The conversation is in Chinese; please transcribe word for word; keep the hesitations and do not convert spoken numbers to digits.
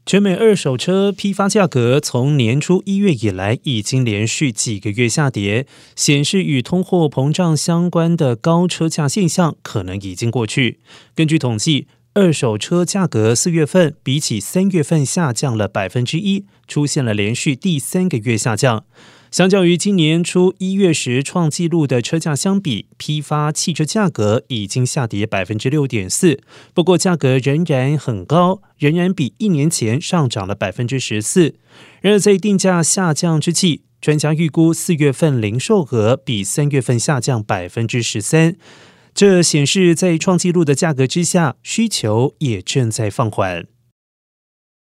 全美二手车批发价格从年初一月以来已经连续几个月下跌，显示与通货膨胀相关的高车价现象可能已经过去。根据统计，二手车价格四月份比起三月份下降了百分之一，出现了连续第三个月下降。相较于今年初一月时创纪录的车价相比，批发汽车价格已经下跌百分之六点四，不过价格仍然很高，仍然比一年前上涨了百分之十四。然而在定价下降之际，专家预估四月份零售额比三月份下降百分之十三。这显示在创纪录的价格之下，需求也正在放缓。